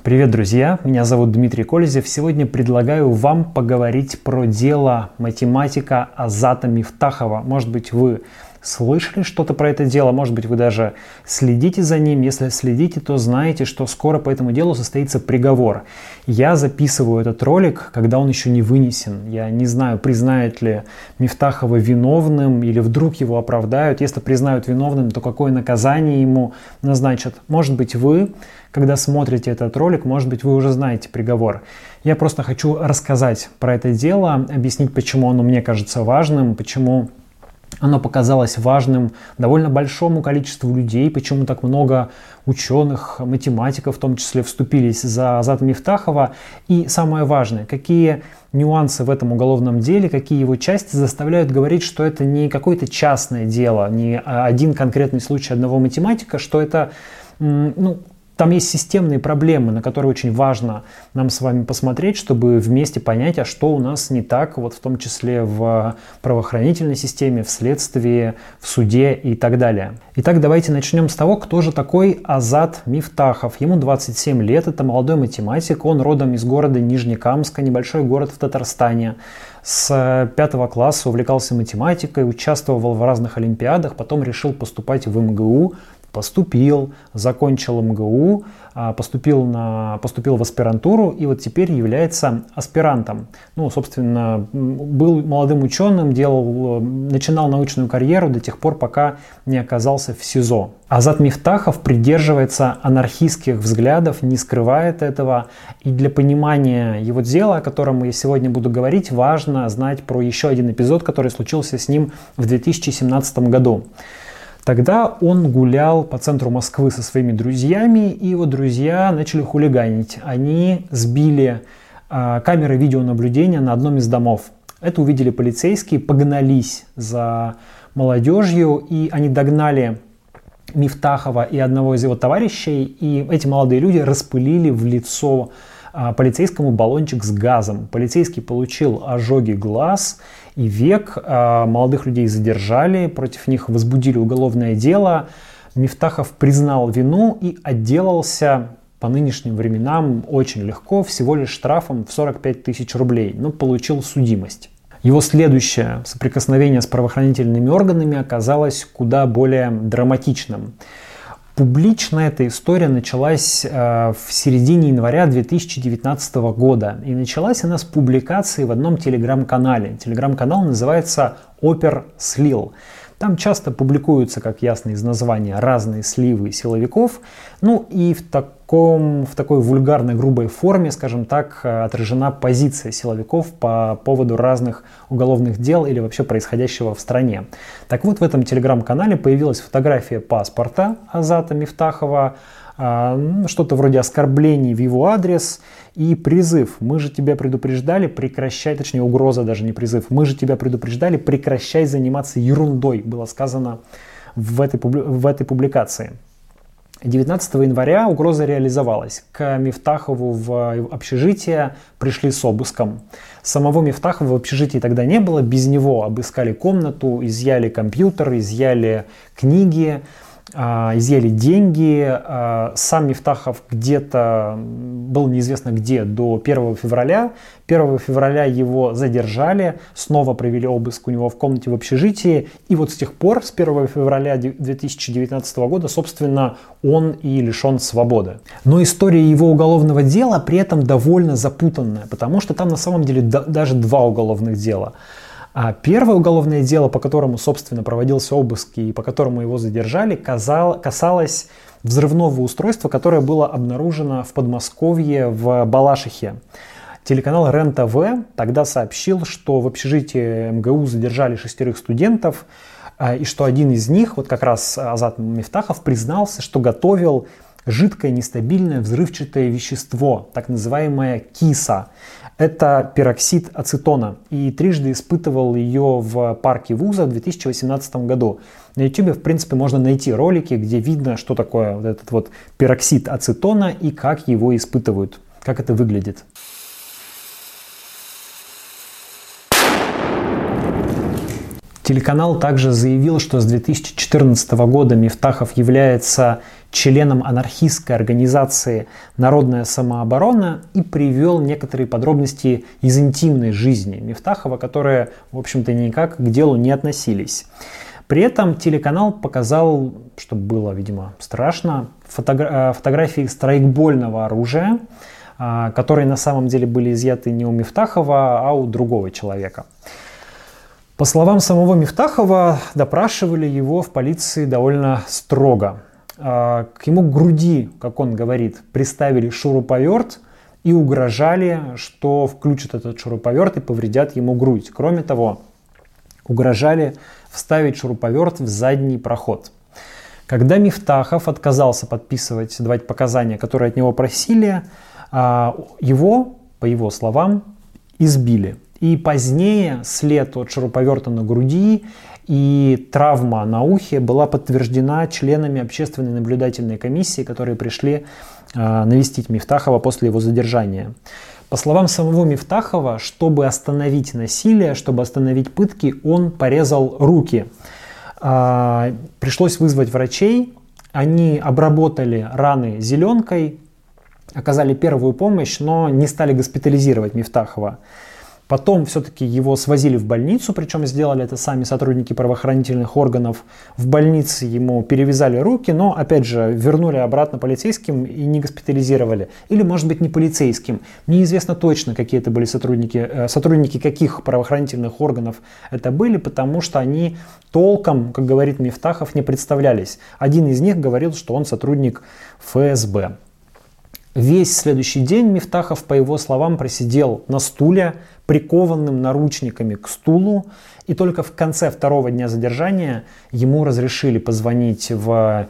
Привет, друзья! Меня зовут Дмитрий Колезев. Сегодня предлагаю вам поговорить про дело математика Азата Мифтахова. Может быть, вы слышали что-то про это дело, может быть, вы даже следите за ним. Если следите, то знаете, что скоро по этому делу состоится приговор. Я записываю этот ролик, когда он еще не вынесен. Я не знаю, признают ли Мифтахова виновным или вдруг его оправдают. Если признают виновным, то какое наказание ему назначат. Может быть, вы, когда смотрите этот ролик, может быть, вы уже знаете приговор. Я просто хочу рассказать про это дело, объяснить, почему оно мне кажется важным, почему оно показалось важным довольно большому количеству людей, почему так много ученых, математиков в том числе вступились за Азата Мифтахова. И самое важное, какие нюансы в этом уголовном деле, какие его части заставляют говорить, что это не какое-то частное дело, не один конкретный случай одного математика, что это, там есть системные проблемы, на которые очень важно нам с вами посмотреть, чтобы вместе понять, а что у нас не так, вот в том числе в правоохранительной системе, в следствии, в суде и так далее. Итак, давайте начнем с того, кто же такой Азат Мифтахов. Ему 27 лет, это молодой математик, он родом из города Нижнекамска, небольшой город в Татарстане. С 5 класса увлекался математикой, участвовал в разных олимпиадах, потом решил поступать в МГУ. Поступил, закончил МГУ, поступил в аспирантуру и вот теперь является аспирантом. Собственно, был молодым ученым, начинал научную карьеру до тех пор, пока не оказался в СИЗО. Азат Мифтахов придерживается анархистских взглядов, не скрывает этого. И для понимания его дела, о котором я сегодня буду говорить, важно знать про еще один эпизод, который случился с ним в 2017 году. Тогда он гулял по центру Москвы со своими друзьями, и его друзья начали хулиганить. Они сбили камеры видеонаблюдения на одном из домов. Это увидели полицейские, погнались за молодежью, и они догнали Мифтахова и одного из его товарищей, и эти молодые люди распылили в лицо полицейскому баллончик с газом. Полицейский получил ожоги глаз и век, молодых людей задержали, против них возбудили уголовное дело. Мифтахов признал вину и отделался по нынешним временам очень легко, всего лишь штрафом в 45 тысяч рублей, но получил судимость. Его следующее соприкосновение с правоохранительными органами оказалось куда более драматичным. Публично эта история началась в середине января 2019 года. И началась она с публикации в одном телеграм-канале. Телеграм-канал называется «Опер слил». Там часто публикуются, как ясно из названия, разные сливы силовиков. И в такой вульгарной, грубой форме, скажем так, отражена позиция силовиков по поводу разных уголовных дел или вообще происходящего в стране. Так вот, в этом телеграм-канале появилась фотография паспорта Азата Мифтахова, что-то вроде оскорблений в его адрес и призыв: «Мы же тебя предупреждали, прекращай», точнее угроза, даже не призыв, «Мы же тебя предупреждали, прекращай заниматься ерундой», было сказано в этой публикации. 19 января угроза реализовалась. К Мифтахову в общежитие пришли с обыском. Самого Мифтахова в общежитии тогда не было, без него обыскали комнату, изъяли компьютер, изъяли книги, изъяли деньги. Сам Мифтахов где-то был неизвестно где до 1 февраля. 1 февраля его задержали, снова провели обыск у него в комнате в общежитии. И вот с тех пор, с 1 февраля 2019 года, собственно, он и лишен свободы. Но история его уголовного дела при этом довольно запутанная, потому что там на самом деле даже два уголовных дела. Первое уголовное дело, по которому, собственно, проводился обыск и по которому его задержали, касалось взрывного устройства, которое было обнаружено в Подмосковье в Балашихе. Телеканал РЕН-ТВ тогда сообщил, что в общежитии МГУ задержали 6 студентов, и что один из них, вот как раз Азат Мифтахов, признался, что готовил жидкое нестабильное взрывчатое вещество, так называемое киса. Это пероксид ацетона. И трижды испытывал ее в парке вуза в 2018 году. На YouTube, в принципе, можно найти ролики, где видно, что такое вот этот вот пероксид ацетона и как его испытывают, как это выглядит. Телеканал также заявил, что с 2014 года Мифтахов является членом анархистской организации «Народная самооборона» и привел некоторые подробности из интимной жизни Мифтахова, которые, в общем-то, никак к делу не относились. При этом телеканал показал, что было, видимо, страшно, фотографии страйкбольного оружия, которые на самом деле были изъяты не у Мифтахова, а у другого человека. По словам самого Мифтахова, допрашивали его в полиции довольно строго. К ему к груди, как он говорит, приставили шуруповерт и угрожали, что включат этот шуруповерт и повредят ему грудь. Кроме того, угрожали вставить шуруповерт в задний проход. Когда Мифтахов отказался давать показания, которые от него просили, его, по его словам, избили. И позднее след от шуруповерта на груди и травма на ухе была подтверждена членами общественной наблюдательной комиссии, которые пришли навестить Мифтахова после его задержания. По словам самого Мифтахова, чтобы остановить насилие, чтобы остановить пытки, он порезал руки. Пришлось вызвать врачей, они обработали раны зеленкой, оказали первую помощь, но не стали госпитализировать Мифтахова. Потом все-таки его свозили в больницу, причем сделали это сами сотрудники правоохранительных органов. В больнице ему перевязали руки, но, опять же, вернули обратно полицейским и не госпитализировали. Или, может быть, не полицейским. Неизвестно точно, какие это были сотрудники каких правоохранительных органов это были, потому что они толком, как говорит Мифтахов, не представлялись. Один из них говорил, что он сотрудник ФСБ. Весь следующий день Мифтахов, по его словам, просидел на стуле, прикованным наручниками к стулу, и только в конце второго дня задержания ему разрешили позвонить в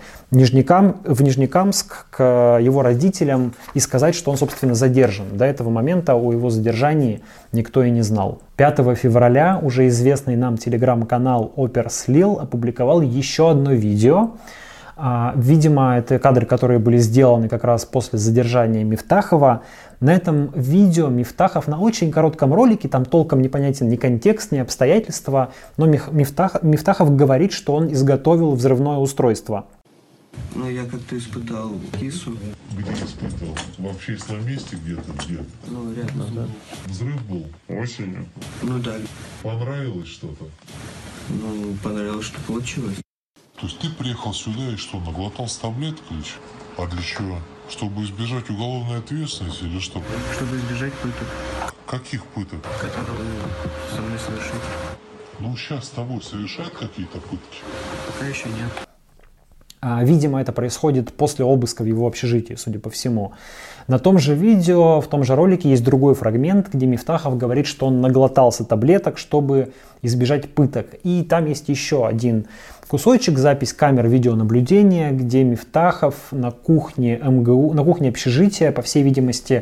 Нижнекамск к его родителям и сказать, что он, собственно, задержан. До этого момента о его задержании никто и не знал. 5 февраля уже известный нам телеграм-канал Оперслил опубликовал еще одно видео. Видимо, это кадры, которые были сделаны как раз после задержания Мифтахова. На этом видео Мифтахов на очень коротком ролике, там толком непонятен ни контекст, ни обстоятельства, но Мифтахов говорит, что он изготовил взрывное устройство. Ну, я как-то испытал кису. Где испытал? В общественном месте где-то? Где? Ну, рядом, да. Взрыв был? Осенью? Ну, да. Понравилось что-то? Ну, понравилось, что получилось. То есть ты приехал сюда и что, наглотался таблеток или что? А для чего? Чтобы избежать уголовной ответственности или что? Чтобы избежать пыток. Каких пыток? Которые со мной совершить. Ну, сейчас с тобой совершают какие-то пытки? Пока еще нет. Видимо, это происходит после обыска в его общежитии, судя по всему. На том же видео, в том же ролике есть другой фрагмент, где Мифтахов говорит, что он наглотался таблеток, чтобы избежать пыток. И там есть еще один кусочек, запись камер видеонаблюдения, где Мифтахов на кухне МГУ, на кухне общежития, по всей видимости,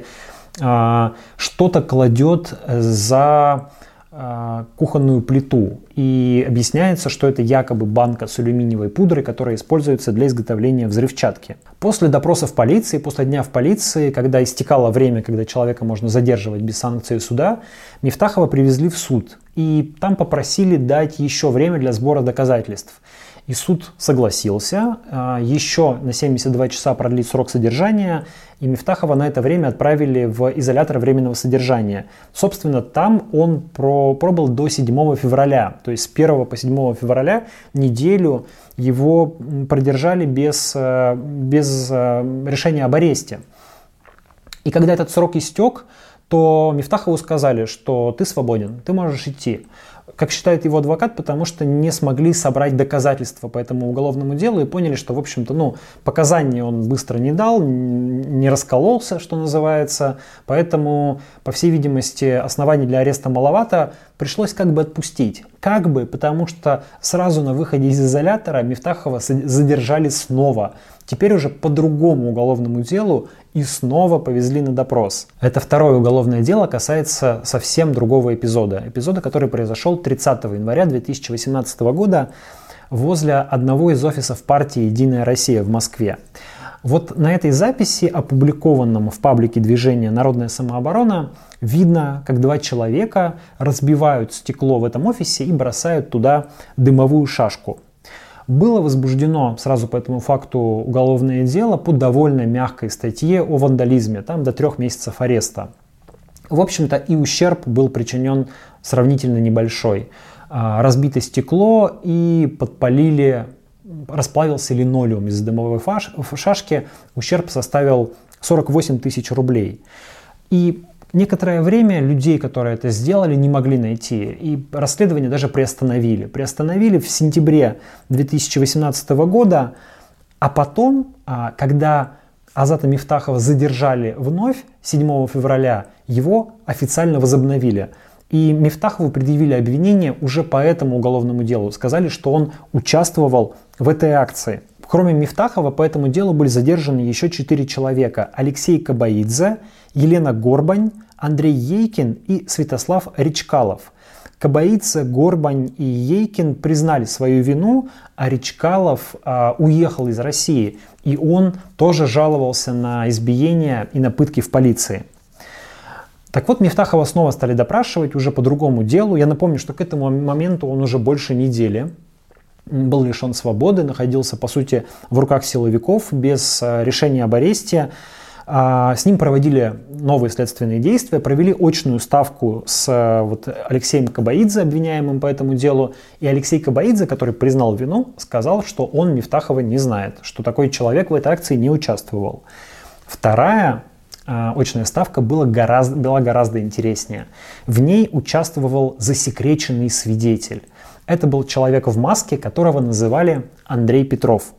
что-то кладет за кухонную плиту. И объясняется, что это якобы банка с алюминиевой пудрой, которая используется для изготовления взрывчатки. После допроса в полиции, после дня в полиции, когда истекало время, когда человека можно задерживать без санкции суда, Мифтахова привезли в суд. И там попросили дать еще время для сбора доказательств. И суд согласился еще на 72 часа продлить срок содержания, и Мифтахова на это время отправили в изолятор временного содержания. Собственно, там он пробыл до 7 февраля, то есть с 1 по 7 февраля неделю его продержали без решения об аресте. И когда этот срок истек, то Мифтахову сказали, что ты свободен, ты можешь идти. Как считает его адвокат, потому что не смогли собрать доказательства по этому уголовному делу и поняли, что, в общем-то, показаний он быстро не дал, не раскололся, что называется. Поэтому, по всей видимости, оснований для ареста маловато, пришлось как бы отпустить. Потому что сразу на выходе из изолятора Мифтахова задержали снова. Теперь уже по другому уголовному делу и снова повезли на допрос. Это второе уголовное дело касается совсем другого эпизода. Эпизода, который произошел 30 января 2018 года возле одного из офисов партии «Единая Россия» в Москве. Вот на этой записи, опубликованном в паблике движения «Народная самооборона», видно, как два человека разбивают стекло в этом офисе и бросают туда дымовую шашку. Было возбуждено сразу по этому факту уголовное дело по довольно мягкой статье о вандализме, там до 3 месяцев ареста. В общем-то, и ущерб был причинен сравнительно небольшой. Разбито стекло и подпалили, расплавился линолеум из дымовой шашки. Ущерб составил 48 тысяч рублей. И некоторое время людей, которые это сделали, не могли найти. И расследование даже приостановили. Приостановили в сентябре 2018 года. А потом, когда Азата Мифтахова задержали вновь, 7 февраля, его официально возобновили. И Мифтахову предъявили обвинение уже по этому уголовному делу. Сказали, что он участвовал в этой акции. Кроме Мифтахова, по этому делу были задержаны еще 4 человека. Алексей Кабаидзе, Елена Горбань, Андрей Ейкин и Святослав Речкалов. Кабаидзе, Горбань и Ейкин признали свою вину, а Речкалов уехал из России. И он тоже жаловался на избиения и на пытки в полиции. Так вот, Мифтахова снова стали допрашивать уже по другому делу. Я напомню, что к этому моменту он уже больше недели был лишен свободы, находился, по сути, в руках силовиков без решения об аресте. С ним проводили новые следственные действия, провели очную ставку с Алексеем Кабаидзе, обвиняемым по этому делу. И Алексей Кабаидзе, который признал вину, сказал, что он Мифтахова не знает, что такой человек в этой акции не участвовал. Вторая очная ставка была гораздо интереснее. В ней участвовал засекреченный свидетель. Это был человек в маске, которого называли Андрей Петров.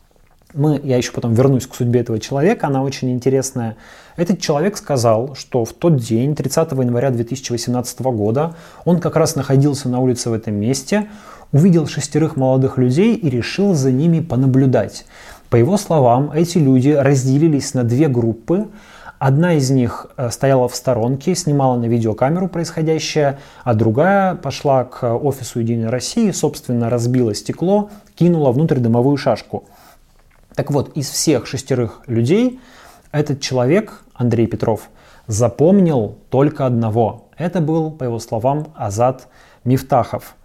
Я еще потом вернусь к судьбе этого человека, она очень интересная. Этот человек сказал, что в тот день, 30 января 2018 года, он как раз находился на улице в этом месте, увидел 6 молодых людей и решил за ними понаблюдать. По его словам, эти люди разделились на 2 группы. Одна из них стояла в сторонке, снимала на видеокамеру происходящее, а другая пошла к офису «Единой России», собственно, разбила стекло, кинула внутрь дымовую шашку. Так вот, из всех 6 людей этот человек, Андрей Петров, запомнил только одного. Это был, по его словам, Азат Мифтахов.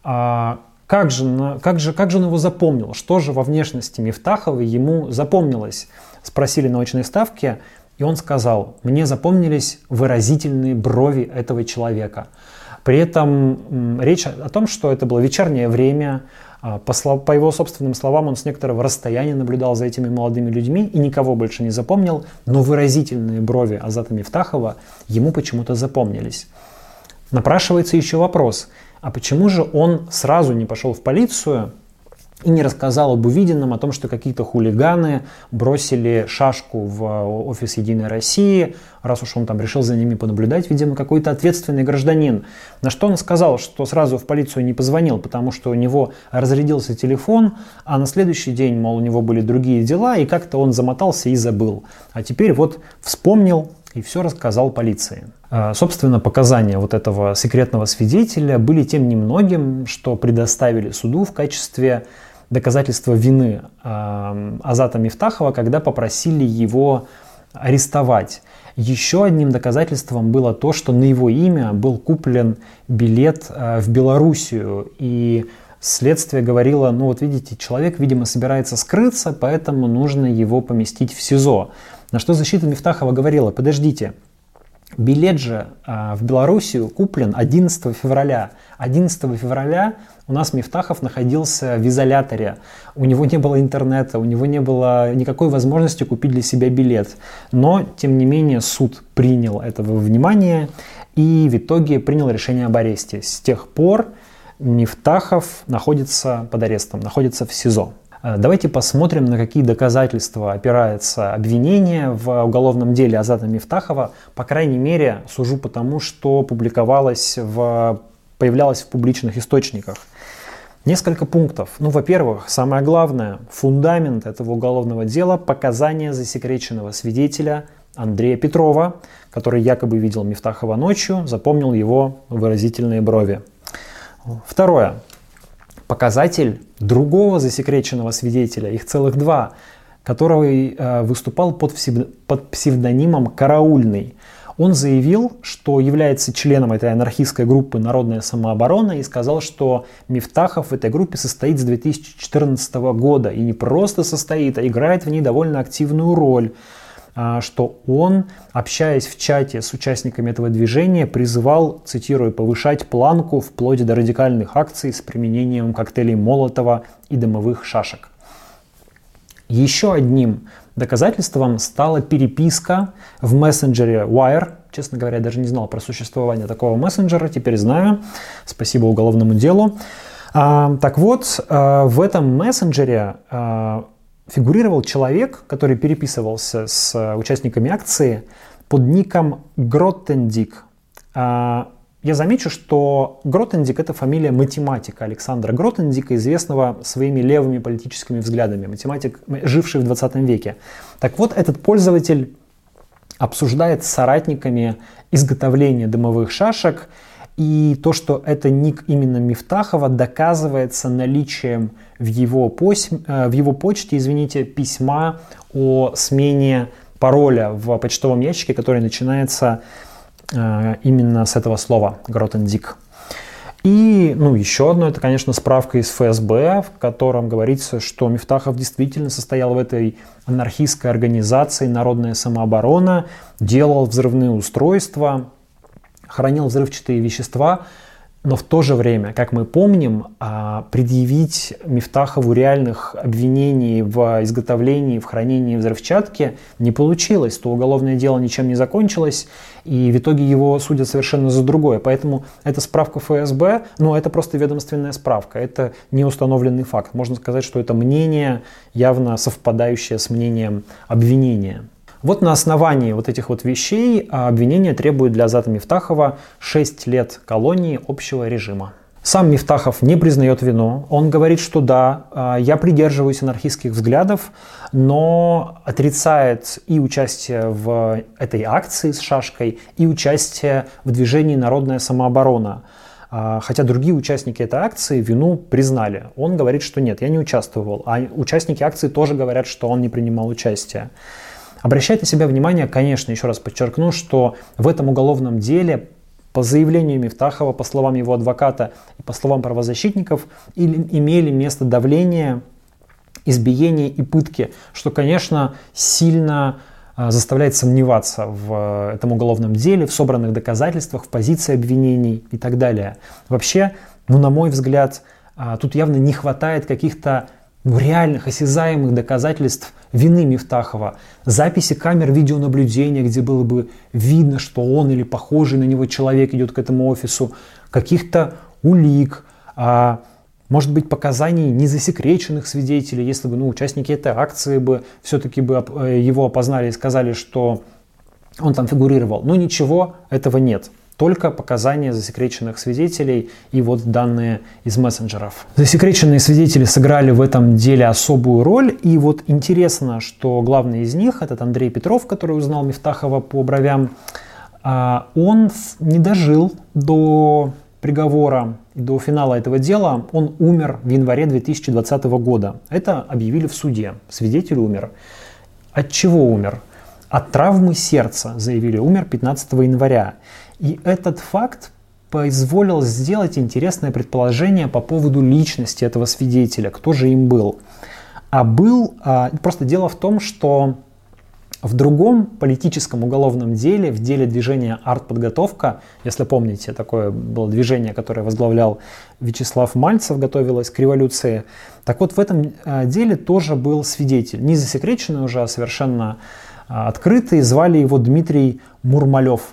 Как же он его запомнил? Что же во внешности Мифтахова ему запомнилось? Спросили на очной ставке. И он сказал: мне запомнились выразительные брови этого человека. При этом речь о том, что это было вечернее время. По его собственным словам, он с некоторого расстояния наблюдал за этими молодыми людьми и никого больше не запомнил. Но выразительные брови Азата Мифтахова ему почему-то запомнились. Напрашивается еще вопрос: а почему же он сразу не пошел в полицию и не рассказал об увиденном, о том, что какие-то хулиганы бросили шашку в офис «Единой России», раз уж он там решил за ними понаблюдать, видимо, какой-то ответственный гражданин. На что он сказал, что сразу в полицию не позвонил, потому что у него разрядился телефон, а на следующий день, мол, у него были другие дела, и как-то он замотался и забыл. А теперь вот вспомнил и все рассказал полиции. Собственно, показания вот этого секретного свидетеля были тем немногим, что предоставили суду в качестве доказательства вины Азата Мифтахова, когда попросили его арестовать. Еще одним доказательством было то, что на его имя был куплен билет в Белоруссию. И следствие говорило: ну вот видите, человек, видимо, собирается скрыться, поэтому нужно его поместить в СИЗО. На что защита Мифтахова говорила: подождите, билет же в Белоруссию куплен 11 февраля. 11 февраля у нас Мифтахов находился в изоляторе. У него не было интернета, у него не было никакой возможности купить для себя билет. Но, тем не менее, суд принял это во внимание и в итоге принял решение об аресте. С тех пор Мифтахов находится под арестом, находится в СИЗО. Давайте посмотрим, на какие доказательства опирается обвинение в уголовном деле Азата Мифтахова. По крайней мере, сужу по тому, что появлялось в публичных источниках. Несколько пунктов. Во-первых, самое главное, фундамент этого уголовного дела – показания засекреченного свидетеля Андрея Петрова, который якобы видел Мифтахова ночью, запомнил его выразительные брови. Второе. Показатель другого засекреченного свидетеля, их целых 2, который выступал под псевдонимом Караульный. Он заявил, что является членом этой анархистской группы «Народная самооборона» и сказал, что Мифтахов в этой группе состоит с 2014 года. И не просто состоит, а играет в ней довольно активную роль. Что он, общаясь в чате с участниками этого движения, призывал, цитирую, повышать планку вплоть до радикальных акций с применением коктейлей Молотова и дымовых шашек. Еще одним доказательством стала переписка в мессенджере Wire. Честно говоря, я даже не знал про существование такого мессенджера, теперь знаю. Спасибо уголовному делу. Так вот, в этом мессенджере фигурировал человек, который переписывался с участниками акции под ником Гротендик. Я замечу, что Гротендик — это фамилия математика Александра Гротендика, известного своими левыми политическими взглядами, математик, живший в 20 веке. Так вот, этот пользователь обсуждает с соратниками изготовление дымовых шашек, и то, что это ник именно Мифтахова, доказывается наличием в его почте, письма о смене пароля в почтовом ящике, который начинается именно с этого слова «Гротендик». И еще одно, это, конечно, справка из ФСБ, в котором говорится, что Мифтахов действительно состоял в этой анархистской организации «Народная самооборона», делал взрывные устройства, хранил взрывчатые вещества, но в то же время, как мы помним, предъявить Мифтахову реальных обвинений в изготовлении, в хранении взрывчатки не получилось. То уголовное дело ничем не закончилось, и в итоге его судят совершенно за другое. Поэтому эта справка ФСБ, это просто ведомственная справка, это не установленный факт. Можно сказать, что это мнение, явно совпадающее с мнением обвинения. Вот на основании вот этих вот вещей обвинение требует для Азата Мифтахова 6 лет колонии общего режима. Сам Мифтахов не признает вину. Он говорит, что да, я придерживаюсь анархистских взглядов, но отрицает и участие в этой акции с шашкой, и участие в движении «Народная самооборона». Хотя другие участники этой акции вину признали. Он говорит, что нет, я не участвовал. А участники акции тоже говорят, что он не принимал участие. Обращает на себя внимание, конечно, еще раз подчеркну, что в этом уголовном деле, по заявлению Мифтахова, по словам его адвоката и по словам правозащитников, имели место давление, избиение и пытки, что, конечно, сильно заставляет сомневаться в этом уголовном деле, в собранных доказательствах, в позиции обвинений и так далее. Вообще, на мой взгляд, тут явно не хватает каких-то реальных, осязаемых доказательств вины Мифтахова. Записи камер видеонаблюдения, где было бы видно, что он или похожий на него человек идет к этому офису, каких-то улик, может быть, показаний незасекреченных свидетелей, если бы участники этой акции бы все-таки его опознали и сказали, что он там фигурировал. Но ничего этого нет. Только показания засекреченных свидетелей и вот данные из мессенджеров. Засекреченные свидетели сыграли в этом деле особую роль. И вот интересно, что главный из них, этот Андрей Петров, который узнал Мифтахова по бровям, он не дожил до приговора, до финала этого дела. Он умер в январе 2020 года. Это объявили в суде. Свидетель умер. От чего умер? От травмы сердца, заявили, умер 15 января. И этот факт позволил сделать интересное предположение по поводу личности этого свидетеля, кто же им был. Просто дело в том, что в другом политическом уголовном деле, в деле движения «Артподготовка», если помните, такое было движение, которое возглавлял Вячеслав Мальцев, готовилось к революции, так вот в этом деле тоже был свидетель, не засекреченный уже, а совершенно открытый, звали его Дмитрий Мурмалев.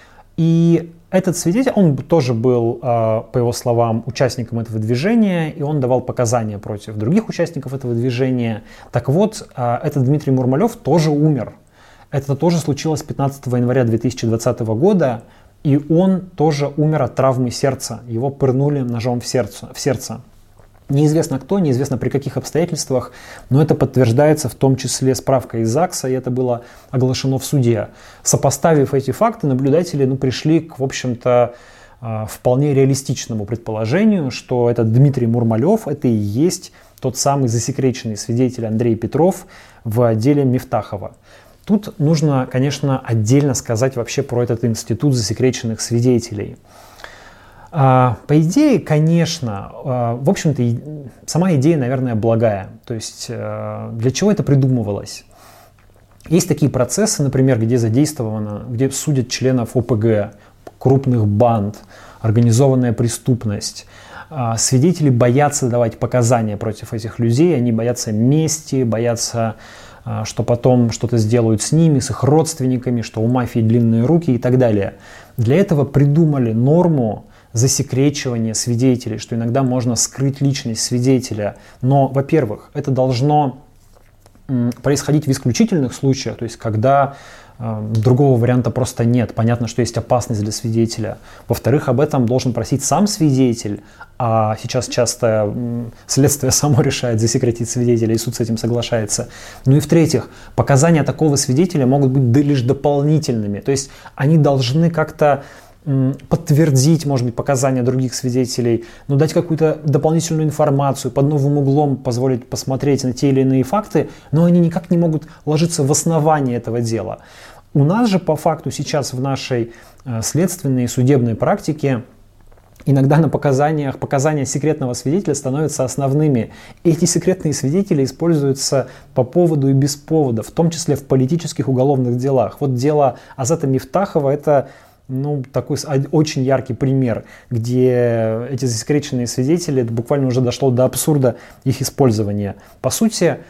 И этот свидетель, он тоже был, по его словам, участником этого движения, и он давал показания против других участников этого движения. Так вот, этот Дмитрий Мурмалев тоже умер. Это тоже случилось 15 января 2020 года, и он тоже умер от травмы сердца. Его пырнули ножом в сердце. Неизвестно кто, неизвестно при каких обстоятельствах, но это подтверждается в том числе справкой из ЗАГСа, и это было оглашено в суде. Сопоставив эти факты, наблюдатели пришли к, в общем-то, вполне реалистичному предположению, что этот Дмитрий Мурмалев — это и есть тот самый засекреченный свидетель Андрей Петров в деле Мифтахова. Тут нужно, конечно, отдельно сказать вообще про этот институт засекреченных свидетелей. По идее, конечно, в общем-то, сама идея, наверное, благая. То есть для чего это придумывалось? Есть такие процессы, например, где судят членов ОПГ, крупных банд, организованная преступность. Свидетели боятся давать показания против этих людей, они боятся мести, боятся, что потом что-то сделают с ними, с их родственниками, что у мафии длинные руки и так далее. Для этого придумали норму засекречивания свидетелей, что иногда можно скрыть личность свидетеля. Но, во-первых, это должно происходить в исключительных случаях, то есть когда другого варианта просто нет. Понятно, что есть опасность для свидетеля. Во-вторых, об этом должен просить сам свидетель, а сейчас часто следствие само решает засекретить свидетеля, и суд с этим соглашается. Ну и в-третьих, показания такого свидетеля могут быть лишь дополнительными, то есть они должны как-то подтвердить, может быть, показания других свидетелей, но дать какую-то дополнительную информацию, под новым углом позволить посмотреть на те или иные факты, но они никак не могут ложиться в основание этого дела. У нас же по факту сейчас в нашей следственной и судебной практике иногда на показания секретного свидетеля становятся основными. И эти секретные свидетели используются по поводу и без повода, в том числе в политических уголовных делах. Вот дело Азата Мифтахова — это такой очень яркий пример, где эти засекреченные свидетели, это буквально уже дошло до абсурда их использования. По сути,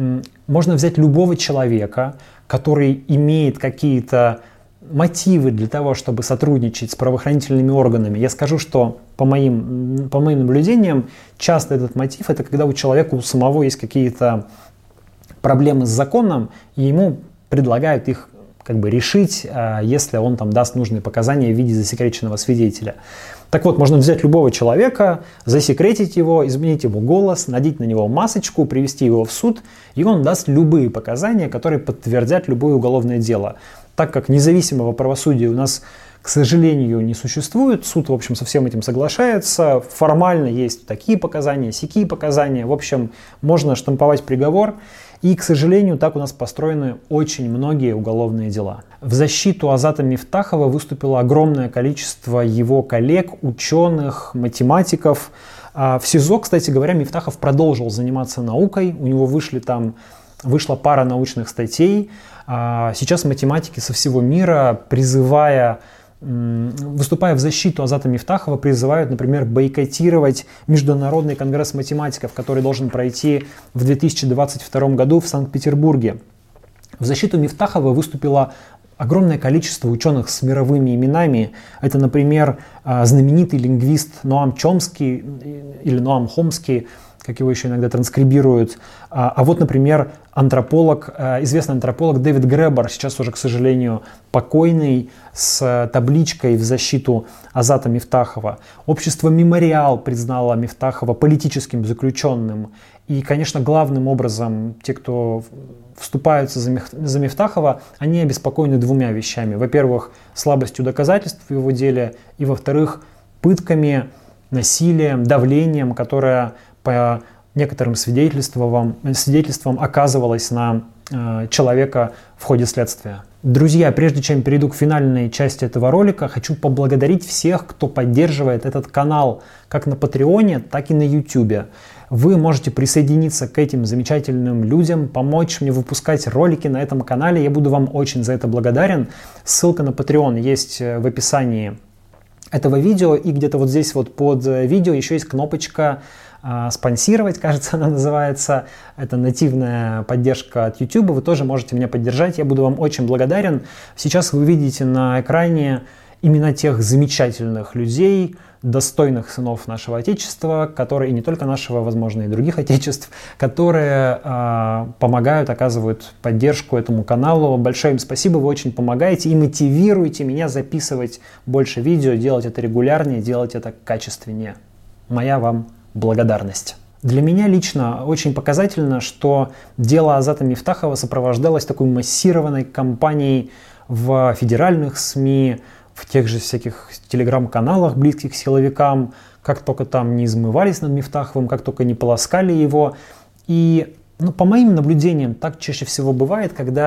можно взять любого человека, который имеет какие-то мотивы для того, чтобы сотрудничать с правоохранительными органами. Я скажу, что по моим наблюдениям, часто этот мотив — это когда у человека у самого есть какие-то проблемы с законом, и ему предлагают их решить, если он там даст нужные показания в виде засекреченного свидетеля. Так вот, можно взять любого человека, засекретить его, изменить ему голос, надеть на него масочку, привести его в суд, и он даст любые показания, которые подтвердят любое уголовное дело. Так как независимого правосудия у нас, к сожалению, не существует, суд, в общем, со всем этим соглашается, формально есть такие показания, сякие показания, в общем, можно штамповать приговор. И, к сожалению, так у нас построены очень многие уголовные дела. В защиту Азата Мифтахова выступило огромное количество его коллег, ученых, математиков. В СИЗО, кстати говоря, Мифтахов продолжил заниматься наукой. У него вышла пара научных статей. Сейчас математики со всего мира, выступая в защиту Азата Мифтахова, призывают, например, бойкотировать Международный конгресс математиков, который должен пройти в 2022 году в Санкт-Петербурге. В защиту Мифтахова выступило огромное количество ученых с мировыми именами. Это, например, знаменитый лингвист Ноам Чомский или Ноам Хомский, как его еще иногда транскрибируют. А вот, например, известный антрополог Дэвид Гребер, сейчас уже, к сожалению, покойный, с табличкой в защиту Азата Мифтахова. Общество «Мемориал» признало Мифтахова политическим заключенным. И, конечно, главным образом те, кто вступаются за Мифтахова, они обеспокоены двумя вещами. Во-первых, слабостью доказательств в его деле, и, во-вторых, пытками, насилием, давлением, которое по некоторым свидетельствам оказывалось на человека в ходе следствия. Друзья, прежде чем перейду к финальной части этого ролика, хочу поблагодарить всех, кто поддерживает этот канал как на Патреоне, так и на Ютубе. Вы можете присоединиться к этим замечательным людям, помочь мне выпускать ролики на этом канале. Я буду вам очень за это благодарен. Ссылка на Patreon есть в описании этого видео, и где-то вот здесь вот под видео еще есть кнопочка «Спонсировать», кажется, она называется. Это нативная поддержка от YouTube. Вы тоже можете меня поддержать. Я буду вам очень благодарен. Сейчас вы видите на экране имена тех замечательных людей, достойных сынов нашего Отечества, которые, и не только нашего, возможно, и других Отечеств, которые помогают, оказывают поддержку этому каналу. Большое им спасибо, вы очень помогаете и мотивируете меня записывать больше видео, делать это регулярнее, делать это качественнее. Моя вам благодарность. Для меня лично очень показательно, что дело Азата Мифтахова сопровождалось такой массированной кампанией в федеральных СМИ, в тех же всяких телеграм-каналах, близких к силовикам, как только там не измывались над Мифтаховым, как только не полоскали его. И по моим наблюдениям, так чаще всего бывает, когда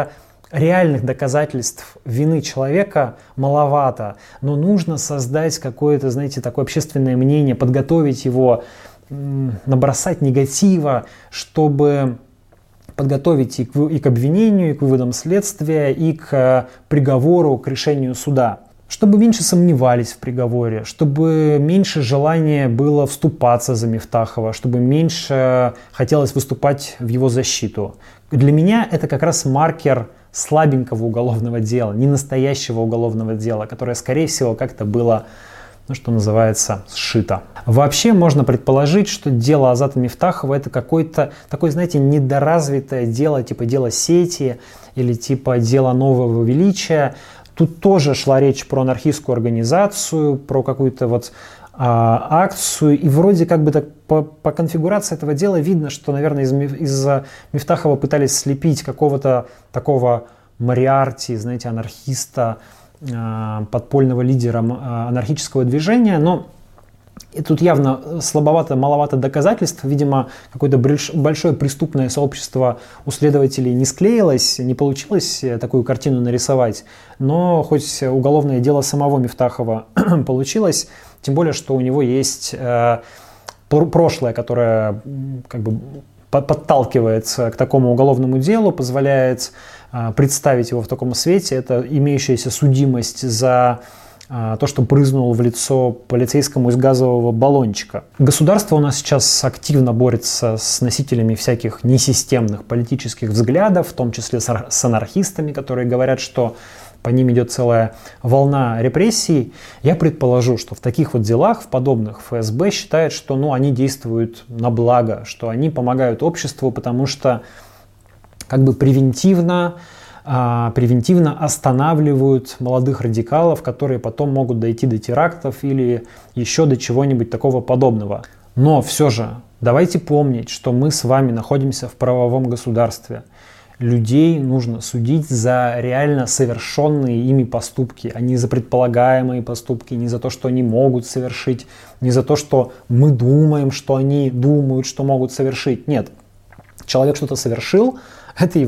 реальных доказательств вины человека маловато, но нужно создать какое-то, знаете, такое общественное мнение, подготовить его, набросать негатива, чтобы подготовить и к обвинению, и к выводам следствия, и к приговору, к решению суда. Чтобы меньше сомневались в приговоре, чтобы меньше желания было вступаться за Мифтахова, чтобы меньше хотелось выступать в его защиту. Для меня это как раз маркер слабенького уголовного дела, не настоящего уголовного дела, которое, скорее всего, как-то было, что называется, сшито. Вообще можно предположить, что дело Азата Мифтахова это какое-то такое, знаете, недоразвитое дело, типа дело Сети или типа дело Нового Величия. Тут тоже шла речь про анархистскую организацию, про какую-то вот акцию, и вроде как бы так по конфигурации этого дела видно, что, наверное, из Мифтахова пытались слепить какого-то такого Мориарти, знаете, анархиста, подпольного лидера анархического движения, но и тут явно слабовато, маловато доказательств. Видимо, какое-то большое преступное сообщество у следователей не склеилось, не получилось такую картину нарисовать. Но хоть уголовное дело самого Мифтахова получилось, тем более, что у него есть прошлое, которое как бы подталкивает к такому уголовному делу, позволяет представить его в таком свете. Это имеющаяся судимость за то, что брызнул в лицо полицейскому из газового баллончика. Государство у нас сейчас активно борется с носителями всяких несистемных политических взглядов, в том числе с анархистами, которые говорят, что по ним идет целая волна репрессий. Я предположу, что в таких вот делах, в подобных, ФСБ считает, что они действуют на благо, что они помогают обществу, потому что как бы превентивно останавливают молодых радикалов, которые потом могут дойти до терактов или еще до чего-нибудь такого подобного. Но все же давайте помнить, что мы с вами находимся в правовом государстве. Людей нужно судить за реально совершенные ими поступки, а не за предполагаемые поступки, не за то, что они могут совершить, не за то, что мы думаем, что они думают, что могут совершить. Нет, человек что-то совершил, это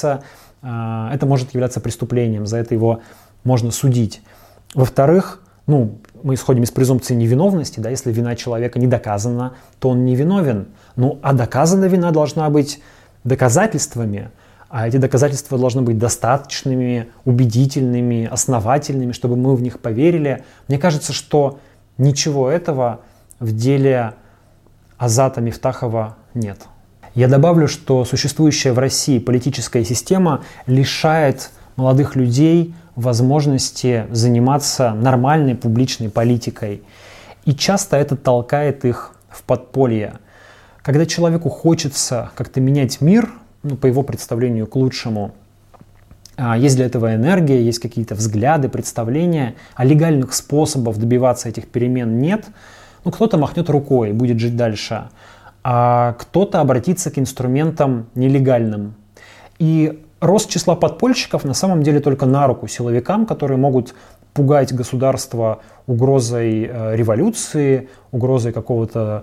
может являться преступлением, за это его можно судить. Во-вторых, мы исходим из презумпции невиновности, да, если вина человека не доказана, то он не виновен. А доказанная вина должна быть доказательствами, а эти доказательства должны быть достаточными, убедительными, основательными, чтобы мы в них поверили. Мне кажется, что ничего этого в деле Азата Мифтахова нет. Я добавлю, что существующая в России политическая система лишает молодых людей возможности заниматься нормальной публичной политикой. И часто это толкает их в подполье. Когда человеку хочется как-то менять мир, по его представлению к лучшему, есть для этого энергия, есть какие-то взгляды, представления, а легальных способов добиваться этих перемен нет, кто-то махнет рукой и будет жить дальше, а кто-то обратится к инструментам нелегальным. И рост числа подпольщиков на самом деле только на руку силовикам, которые могут пугать государство угрозой революции, угрозой какого-то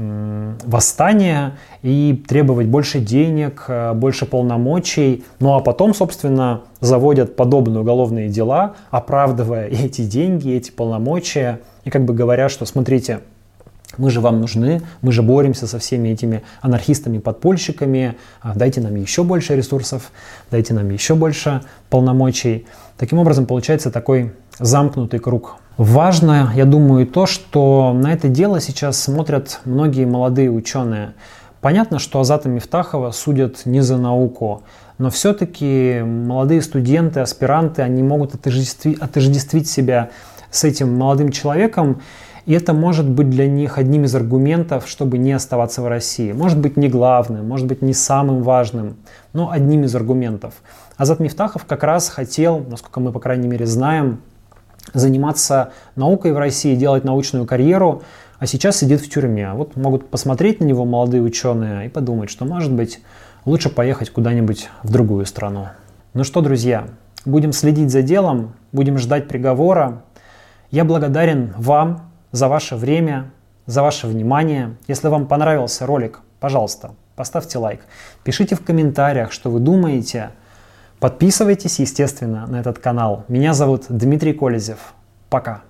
восстания и требовать больше денег, больше полномочий. А потом, собственно, заводят подобные уголовные дела, оправдывая эти деньги, эти полномочия и как бы говоря, что смотрите, мы же вам нужны, мы же боремся со всеми этими анархистами-подпольщиками, дайте нам еще больше ресурсов, дайте нам еще больше полномочий. Таким образом, получается такой замкнутый круг. Важно, я думаю, то, что на это дело сейчас смотрят многие молодые ученые. Понятно, что Азата Мифтахова судят не за науку, но все-таки молодые студенты, аспиранты, они могут отождествить себя с этим молодым человеком, и это может быть для них одним из аргументов, чтобы не оставаться в России. Может быть не главным, может быть не самым важным, но одним из аргументов. Азат Мифтахов как раз хотел, насколько мы, по крайней мере, знаем, заниматься наукой в России, делать научную карьеру, а сейчас сидит в тюрьме. Вот могут посмотреть на него молодые ученые и подумать, что, может быть, лучше поехать куда-нибудь в другую страну. Ну что, друзья, будем следить за делом, будем ждать приговора. Я благодарен вам за ваше время, за ваше внимание. Если вам понравился ролик, пожалуйста, поставьте лайк. Пишите в комментариях, что вы думаете Подписывайтесь, естественно, на этот канал. Меня зовут Дмитрий Колезев. Пока.